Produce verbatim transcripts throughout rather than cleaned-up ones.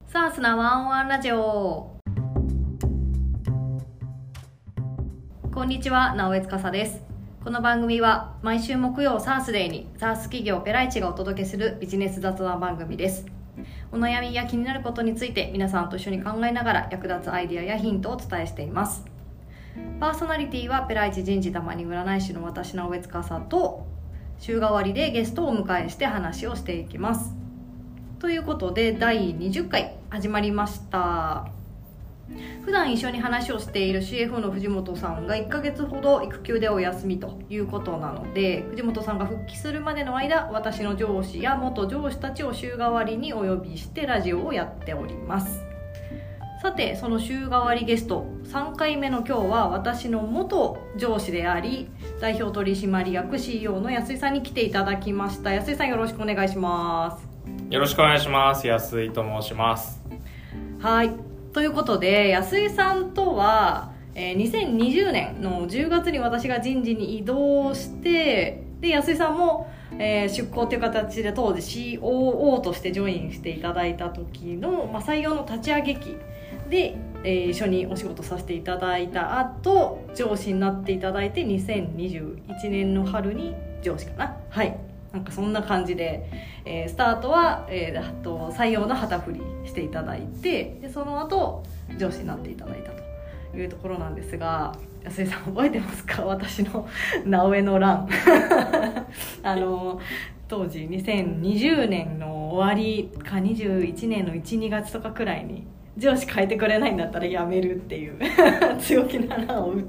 サースなワンワンラジオ。こんにちは、直江司です。この番組は毎週木曜サースデーにサース企業ペライチがお届けするビジネス雑談番組です。お悩みや気になることについて皆さんと一緒に考えながら役立つアイデアやヒントをお伝えしています。パーソナリティはペライチ人事たまに占い師の私、直江司と週替わりでゲストをお迎えして話をしていきます。ということでだいにじゅっかい始まりました。普段一緒に話をしている シーエフ の藤本さんがいっかげつほど育休でお休みということなので、藤本さんが復帰するまでの間、私の上司や元上司たちを週替わりにお呼びしてラジオをやっております。さて、その週替わりゲストさんかいめの今日は、私の元上司であり代表取締役 シーイーオー の安井さんに来ていただきました。安井さん、よろしくお願いします。 よろしくお願いします。安井と申します。 はい、ということで安井さんとは、えー、にせんにじゅうねんのじゅうがつに私が人事に異動して、で安井さんも、えー、出向という形で当時 シーオーオー としてジョインしていただいた時の、まあ、採用の立ち上げ期で、えー、一緒にお仕事させていただいた後、上司になっていただいてにせんにじゅういちねんの春に上司かな、はい、なんかそんな感じで、えー、スタートは、えー、あと採用の旗振りしていただいて、でその後上司になっていただいたというところなんですが、安井さん覚えてますか？私の直江の欄あの当時にせんにじゅうねんの終わりかにじゅういちねんのいち、にがつとかくらいに、上司変えてくれないんだったら辞めるっていう強気な欄を打って、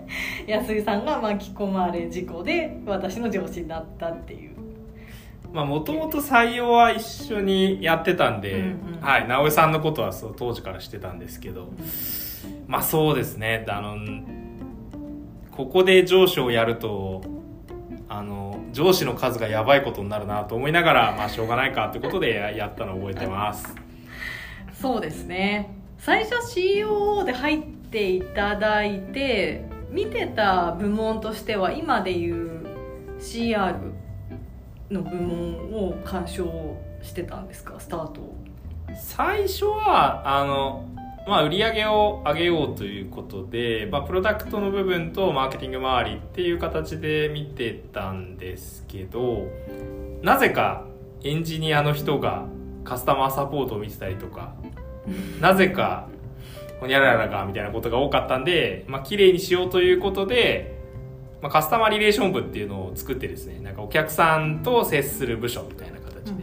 安井さんが巻き込まれ事故で私の上司になったっていう。 まあもともと採用は一緒にやってたんで、うんうん、はい、直江さんのことはそう当時からしてたんですけど、うん、まあそうですね、あのここで上司をやるとあの上司の数がやばいことになるなと思いながら、まあしょうがないかってことでやったのを覚えてますそうですね、最初 シーオーオー で入っていただいて、見てた部門としては今でいう シーアール の部門を鑑賞してたんですか？スタート最初はあの、まあ、売り上げを上げようということで、まあ、プロダクトの部分とマーケティング周りっていう形で見てたんですけど、なぜかエンジニアの人がカスタマーサポートを見てたりとかなぜかほにゃららがみたいなことが多かったんで、まあ綺麗にしようということで、まあ、カスタマーリレーション部っていうのを作ってですね、なんかお客さんと接する部署みたいな形で、うん、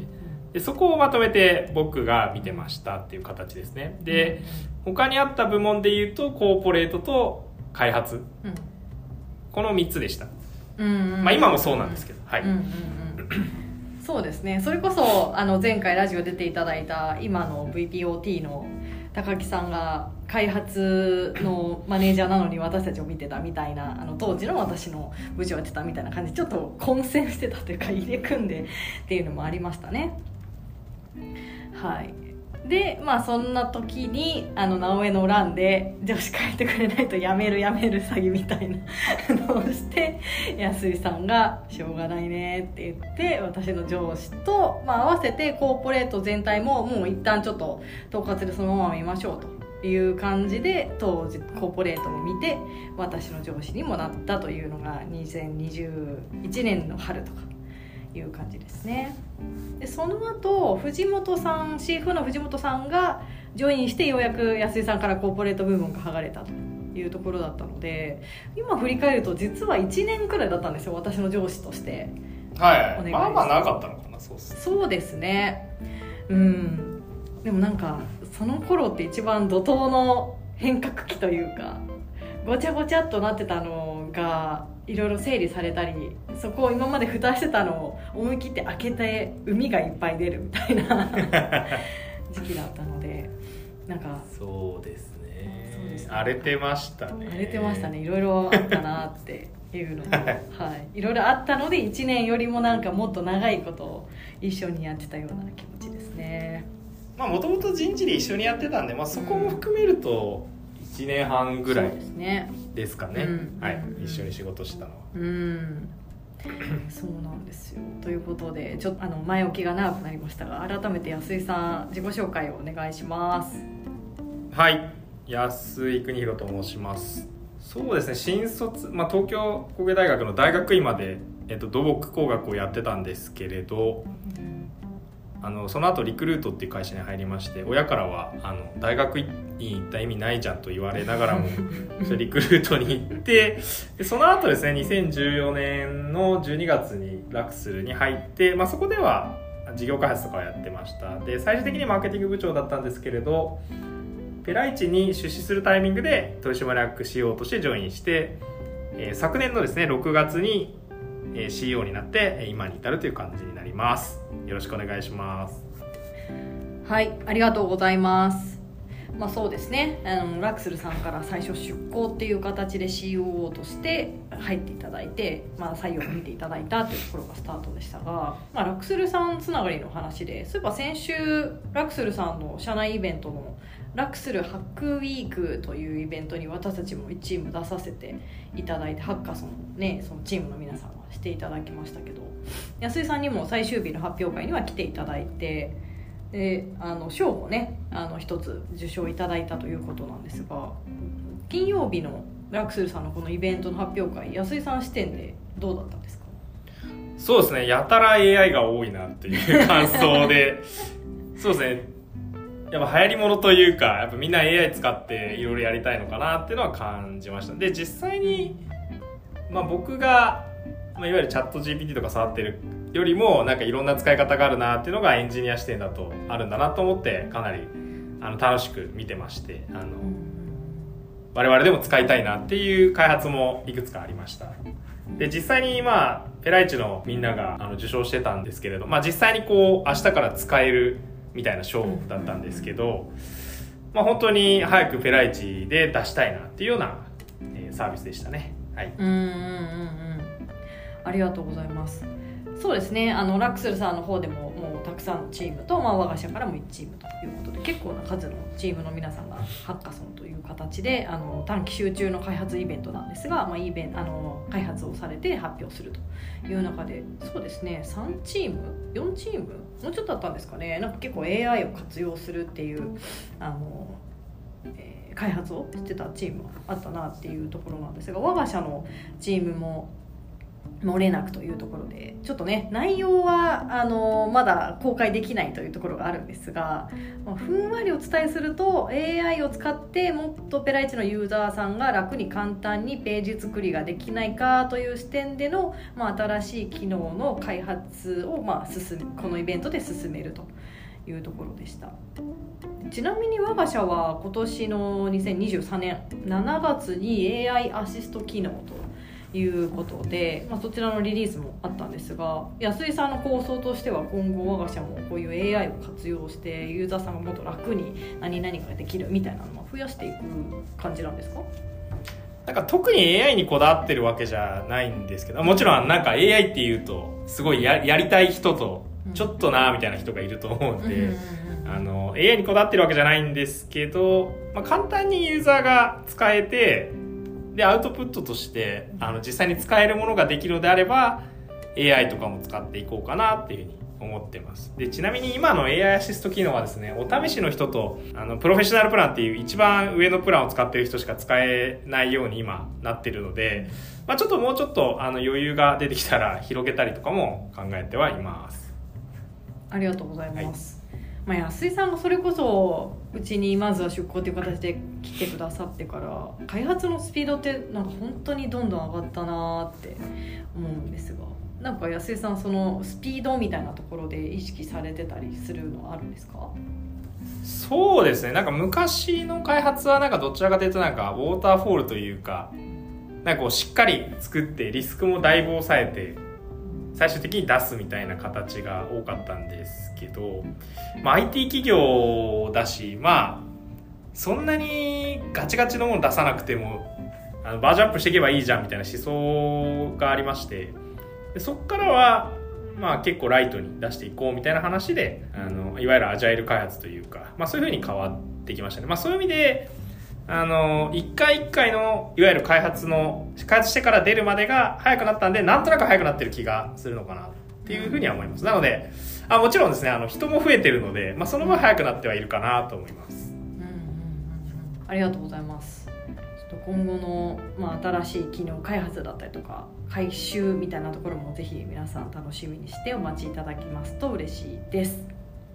でそこをまとめて僕が見てましたっていう形ですね。で、他にあった部門で言うとコーポレートと開発、うん、このみっつでした、うんうんうん、まあ今もそうなんですけど、はい、うんうんうん、 そうですね、それこそあの前回ラジオ出ていただいた今の ブイピーオーティー の高木さんが開発のマネージャーなのに私たちを見てたみたいな、あの当時の私の部署をやってたみたいな感じで、ちょっと混戦してたというか入れ組んでっていうのもありましたね。はい。で、まあそんな時にあの直江の欄で上司変えてくれないとやめるやめる詐欺みたいなのをして、安井さんがしょうがないねって言って私の上司と、まあ、合わせてコーポレート全体ももう一旦ちょっと統括でそのまま見ましょうという感じで、当時コーポレートを見て私の上司にもなったというのがにせんにじゅういちねんの春とかいう感じですね。でその後藤本さん シーエフ の藤本さんがジョインして、ようやく安井さんからコーポレート部門が剥がれたというところだったので、今振り返ると実はいちねんくらいだったんですよ、私の上司として。 はい、まあまあなかったのかな。そうっす、 そうですね、うん。でもなんかその頃って一番怒涛の変革期というか、ごちゃごちゃっとなってたのがいろいろ整理されたり、そこを今まで蓋してたのを思い切って開けて海がいっぱい出るみたいな時期だったので、なんかそうですね、そうですね、荒れてましたね荒れてましたね、いろいろあったなっていうのも、はい、いろいろあったのでいちねんよりもなんかもっと長いことを一緒にやってたような気持ちですね。 まあもともと人事で一緒にやってたんで、まあ、そこも含めるといちねんはんぐらいですかね、うん、はい、うん、一緒に仕事したのは、 うん、 そうなんですよ。ということでちょっとあの前置きが長くなりましたが、改めて安井さん自己紹介をお願いします。 はい、安井邦弘と申します。そうですね、新卒、まあ、東京工芸大学の大学院まで、えっと、土木工学をやってたんですけれど、あのその後リクルートっていう会社に入りまして、親からはあの大学院行った意味ないじゃんと言われながらもそれリクルートに行って、でその後ですねにせんじゅうよねんのじゅうにがつにラクスルに入って、まあ、そこでは事業開発とかをやってました。で最終的にマーケティング部長だったんですけれど、ペライチに出資するタイミングで取締役 シーイーオー としてジョインして、えー、昨年のですねろくがつに シーイーオー になって今に至るという感じになります。よろしくお願いします。 はい、ありがとうございます。まあそうですね、あのラクスルさんから最初出向っていう形で シーイーオー として入っていただいて、まあ、採用を見ていただいたというところがスタートでしたが、まあ、ラクスルさんつながりの話で、そういえば先週ラクスルさんの社内イベントのラクスルハックウィークというイベントに私たちもいちチーム出させていただいて、ハッカソンね、そのチームの皆さんはしていただきましたけど、安井さんにも最終日の発表会には来ていただいて、であの賞もねあの一つ受賞いただいたということなんですが、金曜日のラクスルさんのこのイベントの発表会、安井さん視点でどうだったんですか？ そうですね、やたら エーアイ が多いなっていう感想でそうですね、やっぱ流行り物というか、やっぱみんな エーアイ 使っていろいろやりたいのかなっていうのは感じました。で実際に、まあ、僕が、まあ、いわゆるチャット ジーピーティー とか触ってるよりもなんかいろんな使い方があるなっていうのがエンジニア視点だとあるんだなと思って、かなりあの楽しく見てまして、あの我々でも使いたいなっていう開発もいくつかありました。で実際にまあペライチのみんながあの受賞してたんですけれど、まあ、実際にこう明日から使えるみたいな賞だったんですけど、まあ、本当に早くペライチで出したいなっていうような、えー、サービスでしたね。はい、 うんうんうんうん、ありがとうございます。そうですね、あのラクスルさんの方でももうたくさんのチームと、まあ、我が社からもいちチームということで、結構な数のチームの皆さんがハッカソンという形であの短期集中の開発イベントなんですが、まあ、イベンあの開発をされて発表するという中で、そうですねさんチームよんチームもうちょっとあったんですかね、なんか結構 エーアイ を活用するっていうあの、えー、開発をしてたチームがあったなっていうところなんですが、我が社のチームも漏れなくというところで、ちょっとね内容はあのまだ公開できないというところがあるんですが、まあ、ふんわりお伝えすると エーアイ を使ってもっとペライチのユーザーさんが楽に簡単にページ作りができないかという視点での、まあ、新しい機能の開発を、まあ、進めこのイベントで進めるというところでした。ちなみに我が社は今年のにせんにじゅうさんねんしちがつに エーアイ アシスト機能ということで、まあ、そちらのリリースもあったんですが、安井さんの構想としては今後我が社もこういう エーアイ を活用してユーザーさんがもっと楽に何々ができるみたいなのを増やしていく感じなんですか？ なんか特に エーアイ にこだわってるわけじゃないんですけど、もちろんなんか エーアイ っていうとすごい や, やりたい人とちょっとなみたいな人がいると思うんで、あの エーアイ にこだわってるわけじゃないんですけど、まあ、簡単にユーザーが使えて、でアウトプットとしてあの実際に使えるものができるのであれば エーアイ とかも使っていこうかなっていうふうに思ってます。でちなみに今の エーアイ アシスト機能はですね、お試しの人とあのプロフェッショナルプランっていう一番上のプランを使っている人しか使えないように今なってるので、まあ、ちょっともうちょっとあの余裕が出てきたら広げたりとかも考えてはいます。 ありがとうございます。はい、まあ、安井さんがそれこそうちにまずは出向という形で来てくださってから開発のスピードってなんか本当にどんどん上がったなって思うんですが、なんか安井さんそのスピードみたいなところで意識されてたりするのはあるんですか？ そうですね、なんか昔の開発はなんかどちらかというとなんかウォーターフォールというか、なんかこうしっかり作ってリスクもだいぶ抑えて最終的に出すみたいな形が多かったんですけど、まあ、アイティー 企業だし、まあそんなにガチガチのもの出さなくてもあのバージョンアップしていけばいいじゃんみたいな思想がありまして、でそこからはまあ結構ライトに出していこうみたいな話で、あのいわゆるアジャイル開発というか、まあ、そういう風に変わってきましたね。まあ、そういう意味であの一回一回のいわゆる開発の開発してから出るまでが早くなったんで、なんとなく早くなってる気がするのかなっていうふうには思います。なのであもちろんですね、あの人も増えてるので、まあ、その分早くなってはいるかなと思います。 うんうんうんうん、ありがとうございます。ちょっと今後の、まあ、新しい機能開発だったりとか回収みたいなところもぜひ皆さん楽しみにしてお待ちいただきますと嬉しいです。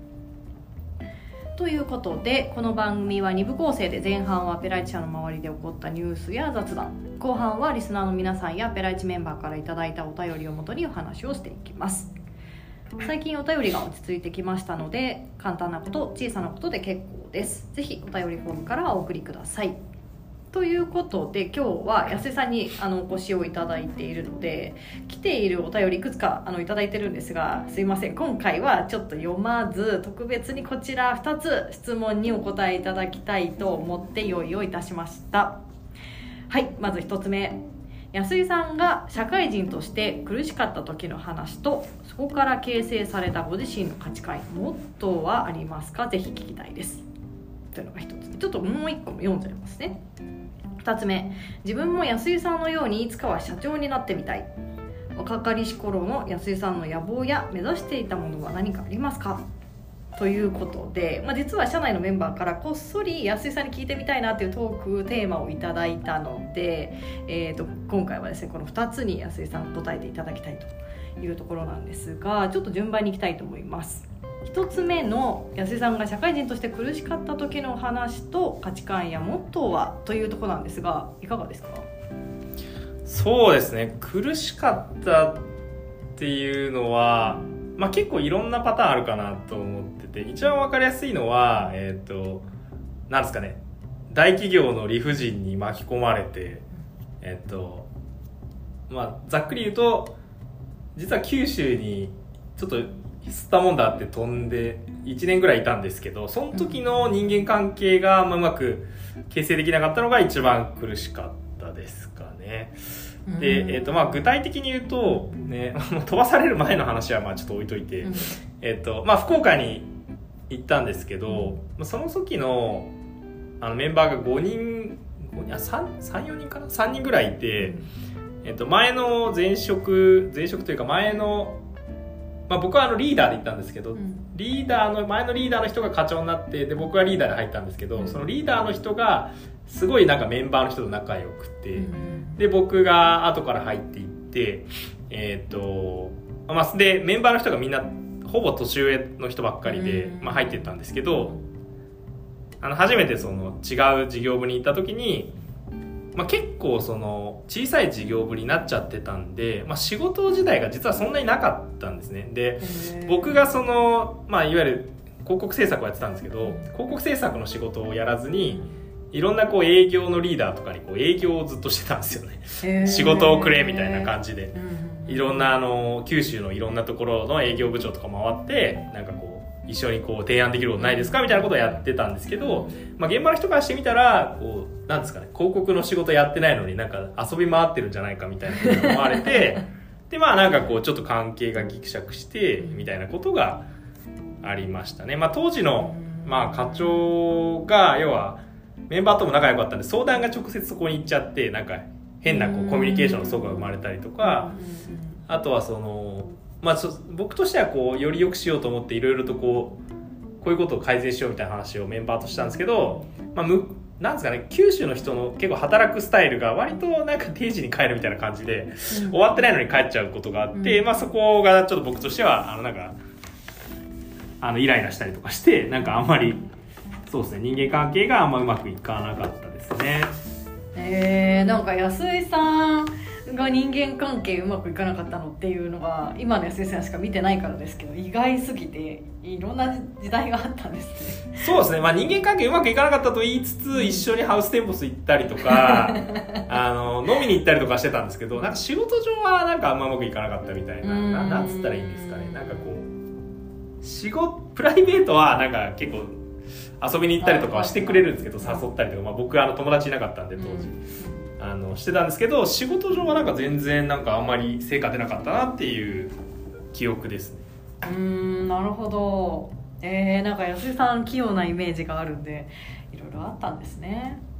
ということで、この番組はに部構成で、前半はペライチ社の周りで起こったニュースや雑談、後半はリスナーの皆さんやペライチメンバーからいただいたお便りをもとにお話をしていきます。最近お便りが落ち着いてきましたので、簡単なこと、小さなことで結構です。ぜひお便りフォームからお送りください。ということで、今日は安井さんにあのお越しをいただいているので、来ているお便りいくつかあのいただいてるんですが、すいません、今回はちょっと読まず、特別にこちらふたつ質問にお答えいただきたいと思って用意をいたしました。はい、まずひとつめ、安井さんが社会人として苦しかった時の話と、そこから形成されたご自身の価値観、モットーはありますか？ぜひ聞きたいです。というのがひとつ。ちょっともういっこも読んじゃいますね。ふたつめ、自分も安井さんのようにいつかは社長になってみたい。若かりし頃の安井さんの野望や目指していたものは何かありますか？ということで、まあ、実は社内のメンバーからこっそり安井さんに聞いてみたいなというトークテーマをいただいたので、えー、と今回はですね、このふたつに安井さん答えていただきたいというところなんですが、ちょっと順番にいきたいと思います。ひとつめの安井さんが社会人として苦しかった時の話と価値観やモットーはというところなんですが、いかがですか？ そうですね、苦しかったっていうのは、まあ、結構いろんなパターンあるかなと思ってて、一番分かりやすいのは、えーと、なんですかね、大企業の理不尽に巻き込まれて、えーとまあ、ざっくり言うと、実は九州にちょっと吸ったもんだって飛んでいちねんぐらいいたんですけど、その時の人間関係がまあうまく形成できなかったのが一番苦しかったですかね。で、えーとまあ、具体的に言うと、ね、飛ばされる前の話はまあちょっと置いといて、えーとまあ、福岡に行ったんですけど、その時の、あのメンバーがごにん、ごにん、あ、さん、よにんかな、さんにんぐらいいて、えーと前の前職前職というか前の、まあ、僕はあのリーダーで行ったんですけど、うん、リーダーの前のリーダーの人が課長になって、で僕はリーダーで入ったんですけど、うん、そのリーダーの人がすごいなんかメンバーの人と仲良くて、うん、で僕が後から入っていって、えーとまあ、でメンバーの人がみんなほぼ年上の人ばっかりで、うんまあ、入っていったんですけど、あの初めてその違う事業部に行った時に、まあ、結構その小さい事業部になっちゃってたんで、まあ、仕事自体が実はそんなになかったんですね。で僕がその、まあ、いわゆる広告制作をやってたんですけど、広告制作の仕事をやらずにいろんなこう営業のリーダーとかにこう営業をずっとしてたんですよね。仕事をくれみたいな感じで、いろんなあの九州のいろんなところの営業部長とか回って、なんかこう一緒にこう提案できることないですかみたいなことをやってたんですけど、まあ、現場の人からしてみたらこうなんですかね、広告の仕事やってないのになんか遊び回ってるんじゃないかみたいなことを思われてでまあなんかこうちょっと関係がギクシャクしてみたいなことがありましたね。まあ、当時のまあ課長が要はメンバーとも仲良かったんで、相談が直接そこに行っちゃって、なんか変なこうコミュニケーションの齟齬が生まれたりとか、あとはそのまあ、僕としてはこうより良くしようと思っていろいろとこうこういうことを改善しようみたいな話をメンバーとしたんですけど、まあ、むなんですかね、九州の人の結構働くスタイルが割となんか定時に帰るみたいな感じで、うん、終わってないのに帰っちゃうことがあって、うんまあ、そこがちょっと僕としてはあのなんかあのイライラしたりとかして、なんかあんまりそうですね、人間関係があんまうまくいかなかったですね。 えー、なんか安井さんが人間関係うまくいかなかったのっていうのが今の安井さんしか見てないからですけど、意外すぎていろんな時代があったんですね。 そうですね、まあ、人間関係うまくいかなかったと言いつつ、一緒にハウステンボス行ったりとかあの飲みに行ったりとかしてたんですけど、なんか仕事上はなんかあんまうまくいかなかったみたいな、ななんつったらいいんですかね、なんかこう仕事プライベートはなんか結構遊びに行ったりとかはしてくれるんですけど、誘ったりとか、まあ、僕はあの友達いなかったんで当時、うん、あのしてたんですけど、仕事上はなんか全然なんかあんまり成果出なかったなっていう記憶ですね。 うーん、なるほど。えー、なんか安井さん器用なイメージがあるんでいろいろあったんですね。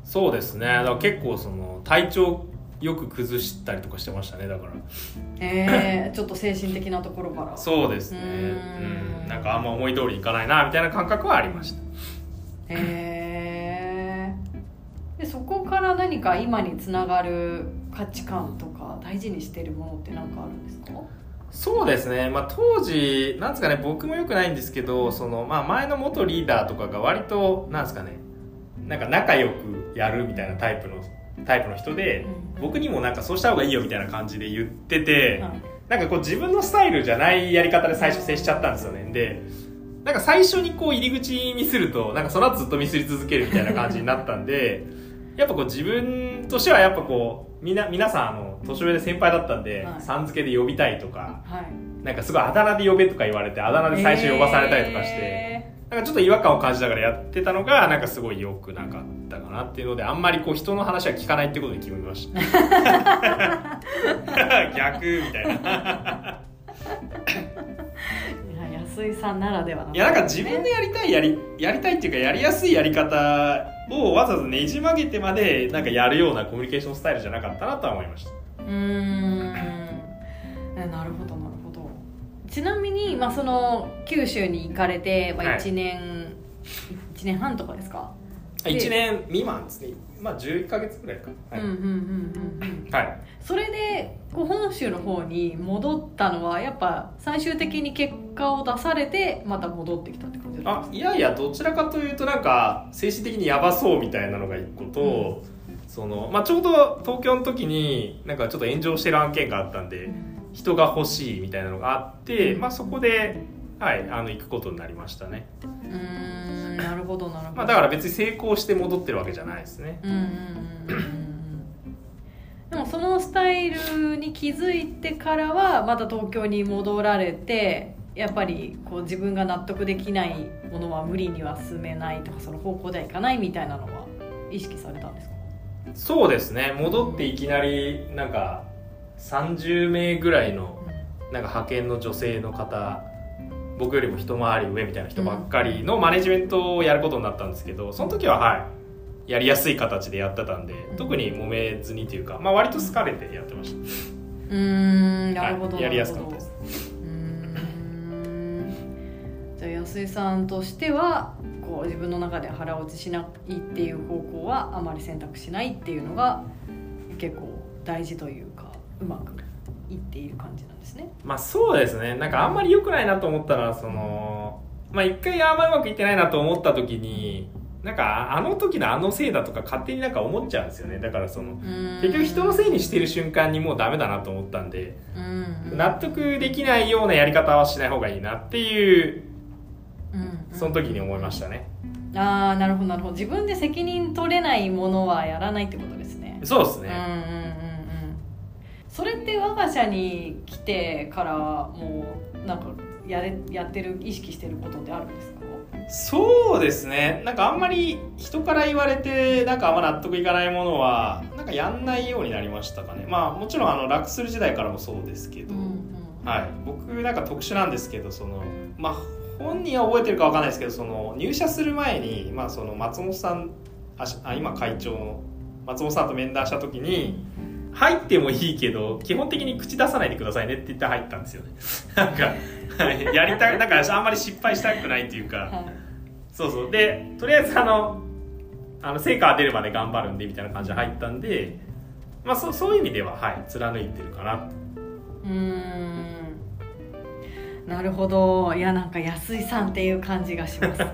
そうですね。だから結構その体調よく崩したりとかしてましたね。だからえー、ちょっと精神的なところからそうですね。うん、なんかあんま思い通りいかないなみたいな感覚はありました。 へー。でそこから何か今につながる価値観とか大事にしているものって何かあるんですか？ そうですね、まあ、当時なんですかね、僕もよくないんですけど、その、まあ、前の元リーダーとかが割となんですかね、なんか仲良くやるみたいなタイプのタイプの人で、うん、僕にもなんかそうした方がいいよみたいな感じで言ってて、うん、なんかこう自分のスタイルじゃないやり方で最初接しちゃったんですよね。でなんか最初にこう入り口ミスるとなんかその後ずっとミスり続けるみたいな感じになったんでやっぱこう自分としてはやっぱこうみな皆さんあの年上で先輩だったんで、はい、さん付けで呼びたいとか、はい、なんかすごいあだ名で呼べとか言われてあだ名で最初呼ばされたりとかして、えー、なんかちょっと違和感を感じながらやってたのがなんかすごい良くなかったかなっていうのであんまりこう人の話は聞かないってことに決めました逆みたいな安井さんならではの、 ね、いやなんか自分でやりたいやりやりたいっていうかやりやすいやり方をわざわざねじ曲げてまでなんかやるようなコミュニケーションスタイルじゃなかったなとは思いました。 うーんなるほどなるほど。ちなみに、まあ、その九州に行かれて、まあ、いちねん、はい、いちねんはんとかですか？ いちねん未満ですね。まあじゅういっかげつくらいか、はい、うんうんうんうんはい。それでこう本州の方に戻ったのはやっぱ最終的に結果を出されてまた戻ってきたって感じですか？ あいやいやどちらかというとなんか精神的にやばそうみたいなのが一個と、うんそのまあ、ちょうど東京の時になんかちょっと炎上してる案件があったんで、うん、人が欲しいみたいなのがあって、まあ、そこで、はい、あの行くことになりましたね。 うーんなるほどなるほど、 まあ、だから別に成功して戻ってるわけじゃないですね。 うんうんうんうんでもそのスタイルに気づいてからはまた東京に戻られてやっぱりこう自分が納得できないものは無理には進めないとかその方向ではいかないみたいなのは意識されたんですか？ そうですね戻っていきなりなんかさんじゅうめいぐらいのなんか派遣の女性の方僕よりも一回り上みたいな人ばっかりのマネジメントをやることになったんですけどその時ははいやりやすい形でやってたんで特に揉めずにというか、まあ、割と好かれてやってました。うーんなるほど、はい、 やりやすかったです。 うーんじゃあ安井さんとしてはこう自分の中で腹落ちしないっていう方向はあまり選択しないっていうのが結構大事というかうまくいっている感じなんですね。 まあそうですねなんかあんまり良くないなと思ったのはそのまあ一回あんまりうまくいってないなと思った時になんかあの時のあのせいだとか勝手になんか思っちゃうんですよね。だからその結局人のせいにしてる瞬間にもうダメだなと思ったんで納得できないようなやり方はしない方がいいなっていうその時に思いましたね。 ああなるほどなるほど自分で責任取れないものはやらないってことですね。 そうですね。 うんうんうんうんそれって我が社に来てからもうなんかやれやってる意識してることってあるんですか？ そうですねなんかあんまり人から言われてなんかあんま納得いかないものはなんかやんないようになりましたかね。まあもちろんあの楽する時代からもそうですけど、うんうんはい、僕なんか特殊なんですけどそのまあ本人は覚えてるかわかんないですけどその入社する前に、まあ、その松本さんあ今会長の松本さんと面談した時に入ってもいいけど基本的に口出さないでくださいねって言って入ったんですよねなんかやりたいなんかあんまり失敗したくないっていうか、はい、そうそうでとりあえずあのあの成果が出るまで頑張るんでみたいな感じで入ったんで、まあ、そ, そういう意味では、はい、貫いてるかな。 うーんなるほどいやなんか安井さんっていう感じがします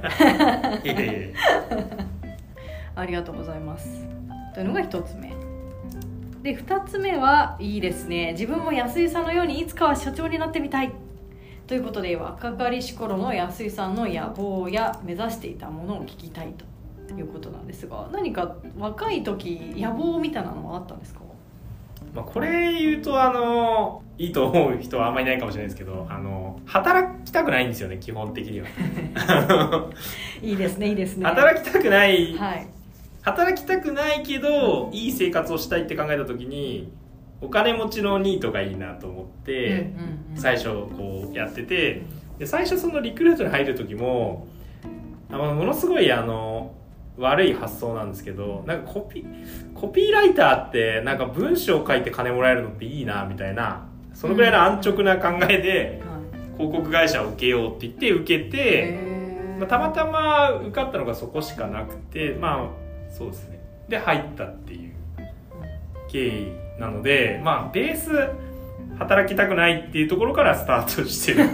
ありがとうございますというのが一つ目で二つ目はいいですね自分も安井さんのようにいつかは社長になってみたいということで若かりし頃の安井さんの野望や目指していたものを聞きたいということなんですが何か若い時野望みたいなのはあったんですか？ まあ、これ言うとあのいいと思う人はあんまりいないかもしれないですけどあの働きたくないんですよね基本的にはいいですねいいですね働きたくない、 はい、 働きたくないけどいい生活をしたいって考えた時にお金持ちのニートがいいなと思って、うんうんうん、最初こうやっててで最初そのリクルートに入る時もあのものすごいあの悪い発想なんですけど、なんかコピコピーライターってなんか文章を書いて金もらえるのっていいなみたいな、そのぐらいの安直な考えで広告会社を受けようって言って受けて、まあ、たまたま受かったのがそこしかなくて、まあそうですね、で入ったっていう経緯なので、まあベース働きたくないっていうところからスタートしてる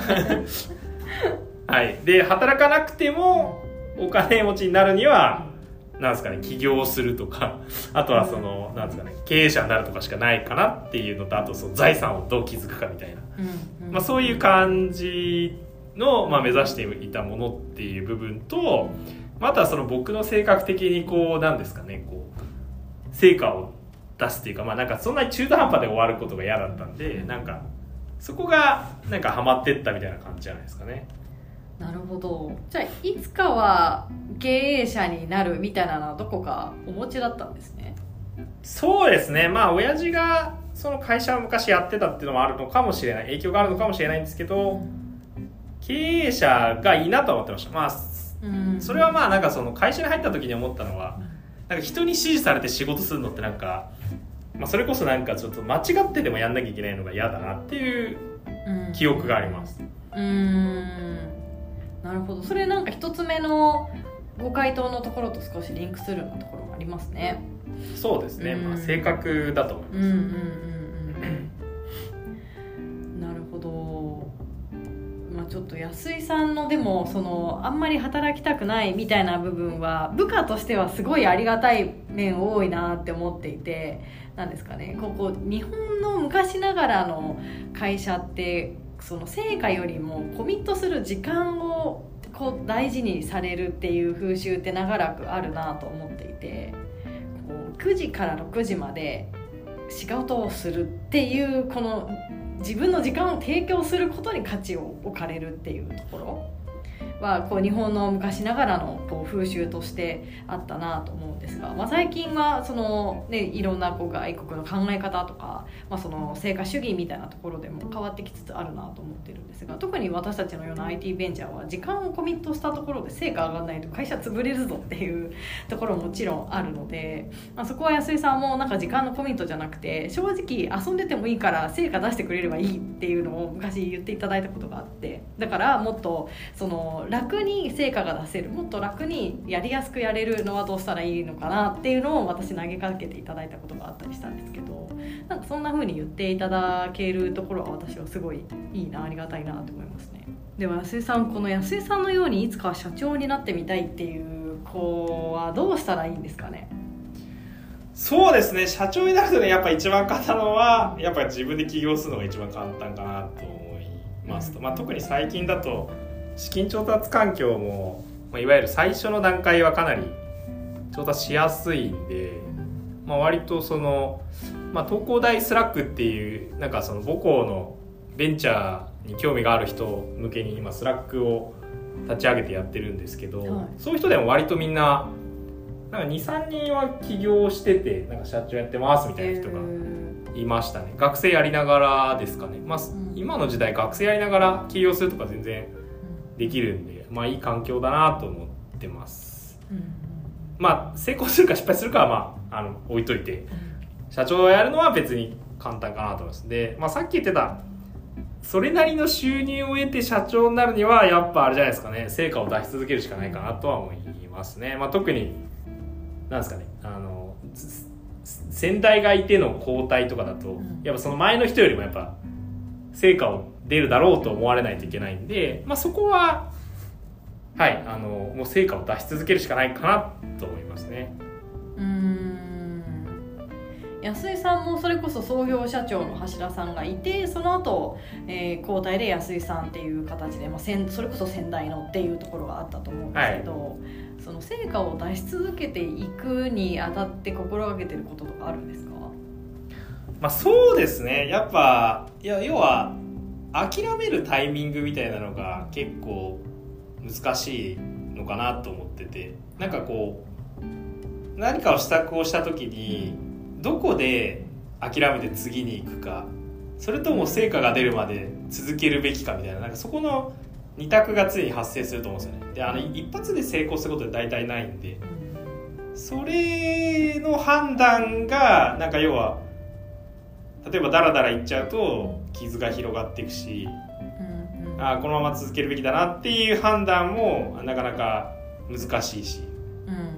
はいで働かなくてもお金持ちになるにはなんですかね、起業するとか、あとはそのなんですかね、経営者になるとかしかないかなっていうのと、あとその財産をどう築くかみたいな、うんうん、まあ、そういう感じの、まあ、目指していたものっていう部分と、またその僕の性格的にこうなんですかね、こう成果を出すっていうか、まあなんかそんなに中途半端で終わることが嫌だったんで、なんかそこがなんかハマってったみたいな感じじゃないですかね。 なるほど。じゃあいつかは経営者になるみたいなのはどこかお持ちだったんですね。 そうですね、まあ親父がその会社を昔やってたっていうのもあるのかもしれない、影響があるのかもしれないんですけど、うん、経営者がいいなと思ってました。まあ、うん、それはまあなんかその会社に入った時に思ったのは、なんか人に指示されて仕事するのってなんか、まあ、それこそなんかちょっと間違ってでもやんなきゃいけないのが嫌だなっていう記憶があります。 うーん、なるほど。それなんか一つ目のご回答のところと少しリンクするようなところもありますね。 そうですね、まあ、性格だと思います。うんうんうんうんなるほど。まあ、ちょっと安井さんのでもそのあんまり働きたくないみたいな部分は部下としてはすごいありがたい面多いなって思っていて、なんですかね、ここ日本の昔ながらの会社ってその成果よりもコミットする時間をこう大事にされるっていう風習って長らくあるなと思っていて、こうくじからろくじまで仕事をするっていうこの自分の時間を提供することに価値を置かれるっていうところはこう日本の昔ながらのこう風習としてあったなと思うんですが、まあ、最近はその、ね、いろんなこう外国の考え方とか、まあ、その成果主義みたいなところでも変わってきつつあるなと思ってるんですが、特に私たちのような アイティー ベンチャーは時間をコミットしたところで成果上がらないと会社潰れるぞっていうところももちろんあるので、まあ、そこは安井さんもなんか時間のコミットじゃなくて正直遊んでてもいいから成果出してくれればいいっていうのを昔言っていただいたことがあって、だからもっとその楽に成果が出せる、もっと楽にやりやすくやれるのはどうしたらいいのかなっていうのを私投げかけていただいたことがあったりしたんですけど、なんかそんな風に言っていただけるところは私はすごいいいな、ありがたいなと思いますね。では安井さん、この安井さんのようにいつかは社長になってみたいっていう子はどうしたらいいんですかね。 そうですね、社長になるとね、やっぱ一番簡単なのはやっぱり自分で起業するのが一番簡単かなと思いますと、まあ、特に最近だと資金調達環境も、まあ、いわゆる最初の段階はかなり調達しやすいんで、まあ、割とその、まあ、東工大スラックっていうなんかその母校のベンチャーに興味がある人向けに今スラックを立ち上げてやってるんですけど、はい、そういう人でも割とみんななんか にさんにんは起業しててなんか社長やってますみたいな人がいましたね。学生やりながらですかね、まあ、うん、今の時代学生やりながら起業するとか全然できるんで、まあいい環境だなと思ってます、うん、まあ成功するか失敗するかはまあ、あの置いといて、社長をやるのは別に簡単かなと思います。で、まあ、さっき言ってたそれなりの収入を得て社長になるにはやっぱあれじゃないですかね、成果を出し続けるしかないかなとは思いますね。まあ、特になんですかね、あの先代がいての交代とかだとやっぱその前の人よりもやっぱ成果を出るだろうと思われないといけないんで、まあ、そこははいあのもう成果を出し続けるしかないかなと思いますね。 うーん、安井さんもそれこそ創業社長の橋田さんがいて、その後、えー、交代で安井さんっていう形で、まあ、それこそ先代のっていうところがあったと思うんですけど、はい、その成果を出し続けていくにあたって心がけてることとかあるんですか？ まあ、そうですね、やっぱいや要は諦めるタイミングみたいなのが結構難しいのかなと思ってて、なんかこう何かを施策をした時にどこで諦めて次に行くか、それとも成果が出るまで続けるべきかみたいな、なんかそこのに択が常に発生すると思うんですよね。であの一発で成功することって大体ないんで、それの判断がなんか要は例えばダラダラいっちゃうと傷が広がっていくし、うんうん、あこのまま続けるべきだなっていう判断もなかなか難しいし、うんうんうん、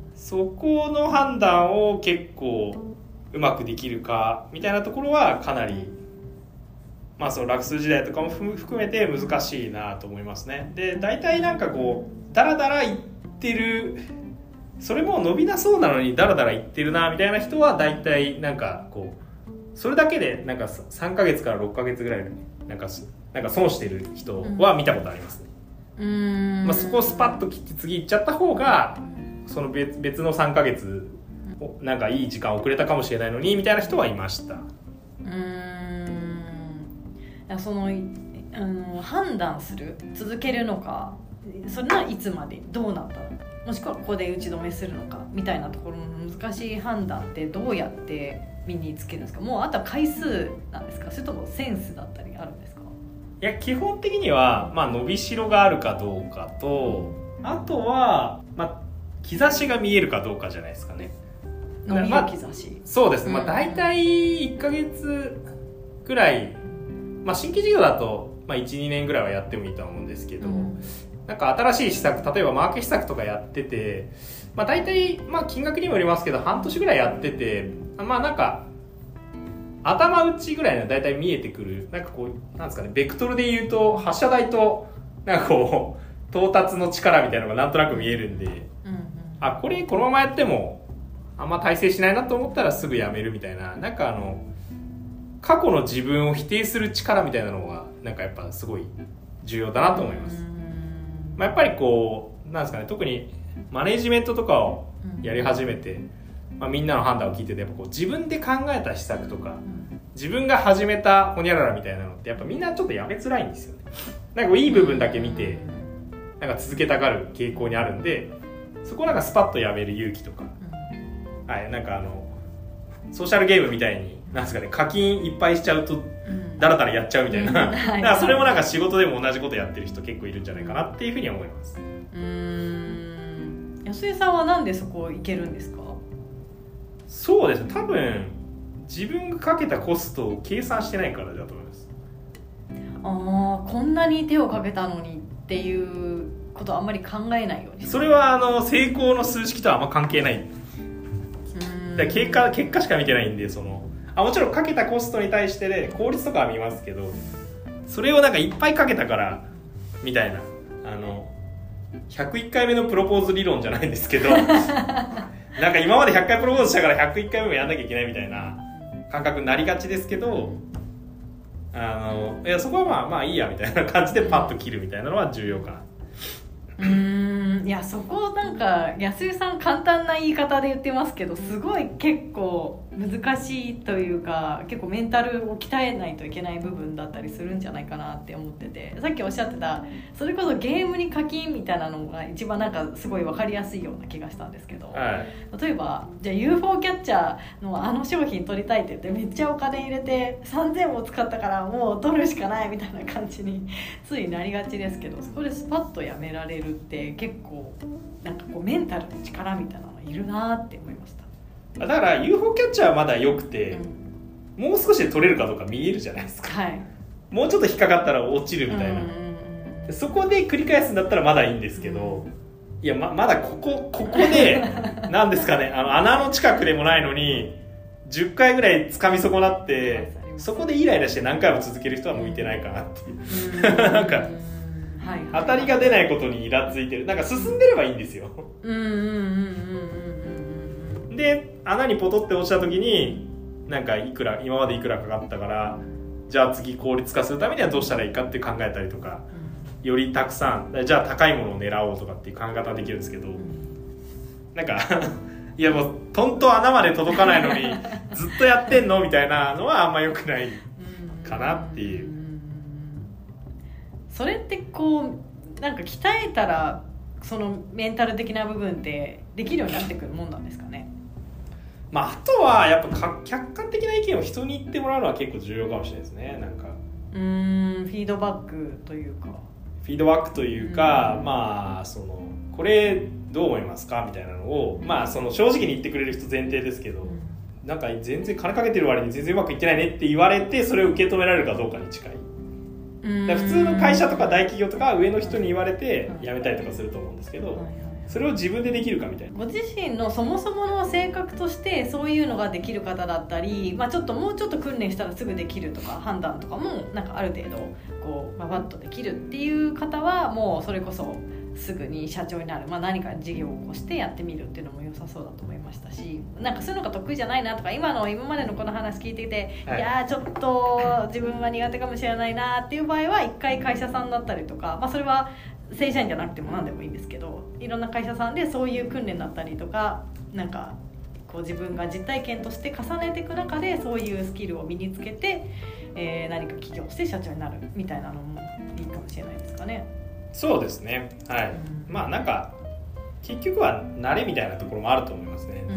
そこの判断を結構うまくできるかみたいなところはかなり、まあ、その楽数時代とかも含めて難しいなと思いますね。で大体なんかこうダラダラいってる、それも伸びなそうなのにダラダラいってるなみたいな人は大体なんかこうそれだけでなんかさんかげつからろっかげつぐらいなんかなんか損してる人は見たことありますね。うん、まあ、そこをスパッと切って次行っちゃった方がその 別, 別のさんかげつなんかいい時間遅れたかもしれないのにみたいな人はいました。うーん、いやその、あの判断する続けるのか、それはいつまでどうなったのか、もしくはここで打ち止めするのかみたいなところの難しい判断ってどうやって身につけるんですか？もうあとは回数なんですか？それともセンスだったりあるんですか？ いや基本的には、まあ、伸びしろがあるかどうかと、あとは、まあ、兆しが見えるかどうかじゃないですかね。 伸びの兆し、 まあ、そうですね、まあ、大体いっかげつぐらい、まあ、新規事業だと、まあ、いちにねんぐらいはやってもいいと思うんですけど、うん、なんか新しい施策、例えばマーケ施策とかやってて、まあ、大体、まあ、金額にもよりますけど半年ぐらいやってて、まあなんか頭打ちぐらいの大体見えてくる、なんかこうなんですかね、ベクトルで言うと発射台となんかこう到達の力みたいなのがなんとなく見えるんで、うんうん、あこれこのままやってもあんま大成しないなと思ったらすぐやめるみたいな、なんかあの過去の自分を否定する力みたいなのがなんかやっぱすごい重要だなと思います。まあ、やっぱりこうなんですかね、特にマネジメントとかをやり始めて、まあ、みんなの判断を聞いててやっぱこう自分で考えた施策とか自分が始めたホニャララみたいなのってやっぱみんなちょっとやめづらいんですよね。なんかいい部分だけ見てなんか続けたがる傾向にあるんで、そこをなんかスパッとやめる勇気とか、はい、なんかあのソーシャルゲームみたいになんですかね、課金いっぱいしちゃうとだらだらやっちゃうみたいな、だからそれもなんか仕事でも同じことやってる人結構いるんじゃないかなっていうふうに思います。 うーん、安江さんはなんでそこいけるんですか？ そうですね、多分自分がかけたコストを計算してないからだと思います。 ああ、こんなに手をかけたのにっていうことはあんまり考えないように。 それはあの成功の数式とはあんま関係ない。だから結果、結果しか見てないんで、そのあもちろんかけたコストに対してで効率とかは見ますけど、それをなんかいっぱいかけたからみたいな、あのひゃくいっかいめのプロポーズ理論じゃないんですけどなんか今までひゃっかいプロポーズしたからひゃくいっかいめもやんなきゃいけないみたいな感覚になりがちですけど、あのいやそこはまあまあいいやみたいな感じでパッと切るみたいなのは重要かな。 うーん、いやそこなんか安井さん簡単な言い方で言ってますけど、すごい結構難しいというか、結構メンタルを鍛えないといけない部分だったりするんじゃないかなって思ってて、さっきおっしゃってたそれこそゲームに課金みたいなのが一番なんかすごい分かりやすいような気がしたんですけど、はい、例えばじゃあ ユーフォー キャッチャーのあの商品取りたいって言ってめっちゃお金入れてさんぜんも使ったからもう取るしかないみたいな感じについなりがちですけど、そこでスパッとやめられるって結構なんかこうメンタルの力みたいなのいるなって思いました。 だから ユーフォー キャッチャーはまだ良くて、うん、もう少しで取れるかどうか見えるじゃないですか、はい、もうちょっと引っかかったら落ちるみたいな、うんうんうん、そこで繰り返すんだったらまだいいんですけど、うん、いや ま, まだここここでなんですかね、あの穴の近くでもないのにじゅっかいぐらい掴み損なってそこでイライラして何回も続ける人は向いてないかなっていう、うん、なんかはいはい、当たりが出ないことにイラついてる。なんか進んでればいいんですよ。うんうんうんうんうん。で穴にポトって落ちた時になんかいくら今までいくらかかったから、じゃあ次効率化するためにはどうしたらいいかって考えたりとか、うん、よりたくさんじゃあ高いものを狙おうとかっていう考え方できるんですけど、うん、なんかいやもうトント穴まで届かないのにずっとやってんのみたいなのはあんま良くないかなっていう。 それってこうなんか鍛えたらそのメンタル的な部分ってできるようになってくるもんなんですかね。 まあ、あとはやっぱ客観的な意見を人に言ってもらうのは結構重要かもしれないですね。なんかうーんフィードバックというか、 フィードバックというか、うん、まあそのこれどう思いますかみたいなのを、まあ、その正直に言ってくれる人前提ですけど、うん、なんか全然金かけてる割に全然うまくいってないねって言われてそれを受け止められるかどうかに近い。だから普通の会社とか大企業とか上の人に言われて辞めたりとかすると思うんですけど、それを自分でできるかみたいな。 ご自身のそもそもの性格としてそういうのができる方だったり、まあ、ちょっともうちょっと訓練したらすぐできるとか判断とかもなんかある程度こうババッとできるっていう方はもうそれこそすぐに社長になる、まあ、何か事業を起こしてやってみるっていうのも良さそうだと思いましたし、なんかそういうのが得意じゃないなとか今の今までのこの話聞いていて、はい、いやーちょっと自分は苦手かもしれないなっていう場合は一回会社さんだったりとか、まあ、それは正社員じゃなくても何でもいいんですけど、いろんな会社さんでそういう訓練だったりとか、なんかこう自分が実体験として重ねていく中でそういうスキルを身につけて、えー、何か起業して社長になるみたいなのもいいかもしれないですかね。 そうですね、はい、うん、まあなんか結局は慣れみたいなところもあると思いますね、うんうん、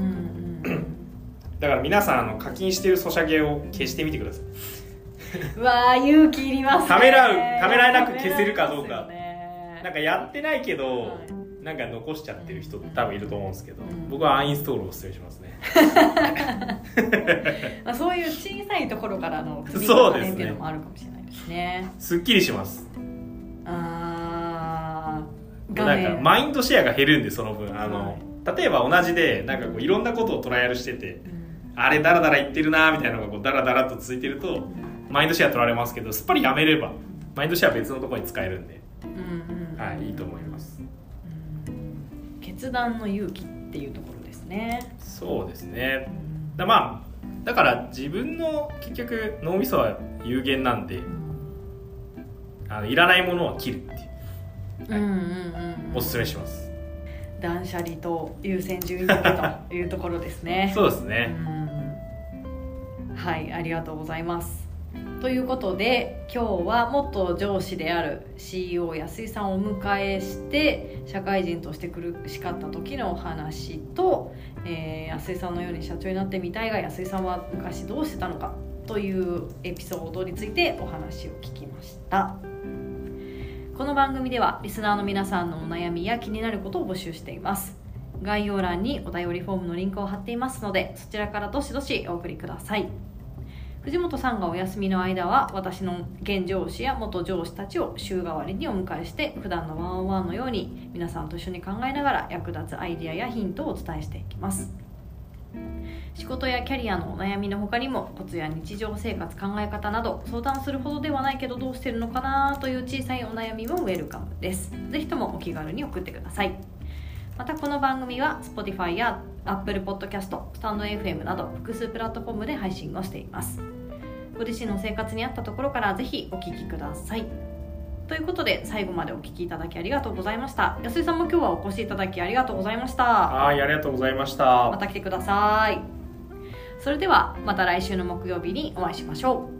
だから皆さんあの課金してるソシャゲを消してみてください。 うわー勇気いりますね。 ためらうためらいなく消せるかどうか、なんかやってないけど、はい、なんか残しちゃってる人多分いると思うんですけど、うん、僕はアンインストールをお勧めしますね。 まあそういう小さいところからの積み重ねっていうのもあるかもしれないですね。 すっきりします。 あなんかマインドシェアが減るんで、その分あの、はい、例えば同じでなんかこういろんなことをトライアルしてて、うん、あれダラダラ言ってるなみたいなのがこうダラダラと続いてると、うん、マインドシェア取られますけど、すっぱりやめればマインドシェア別のところに使えるんで、うんうん、はい、いいと思います、 うん、決断の勇気っていうところですね。 そうですね、うん、だまあだから自分の結局脳みそは有限なんで、うん、あのいらないものは切るっていう、はい、うんうんうんうん、おすすめします。 断捨離と優先順位というところですね。 そうですね、 うん、はい、ありがとうございます。ということで今日は元上司である シーイーオー 安井さんをお迎えして社会人として苦しかった時のお話と、えー、安井さんのように社長になってみたいが安井さんは昔どうしてたのかというエピソードについてお話を聞きました。この番組ではリスナーの皆さんのお悩みや気になることを募集しています。概要欄にお便りフォームのリンクを貼っていますので、そちらからどしどしお送りください。藤本さんがお休みの間は私の現上司や元上司たちを週替わりにお迎えして、普段のワンオンワンのように皆さんと一緒に考えながら役立つアイデアやヒントをお伝えしていきます。仕事やキャリアのお悩みの他にもコツや日常生活、考え方など相談するほどではないけどどうしてるのかなという小さいお悩みもウェルカムです。ぜひともお気軽に送ってください。またこの番組は Spotify や Apple Podcast、スタンド エフエム など複数プラットフォームで配信をしています。ご自身の生活に合ったところからぜひお聞きください。ということで最後までお聞きいただきありがとうございました。安井さんも今日はお越しいただきありがとうございました。 はい、ありがとうございました。 また来てください。それではまた来週の木曜日にお会いしましょう。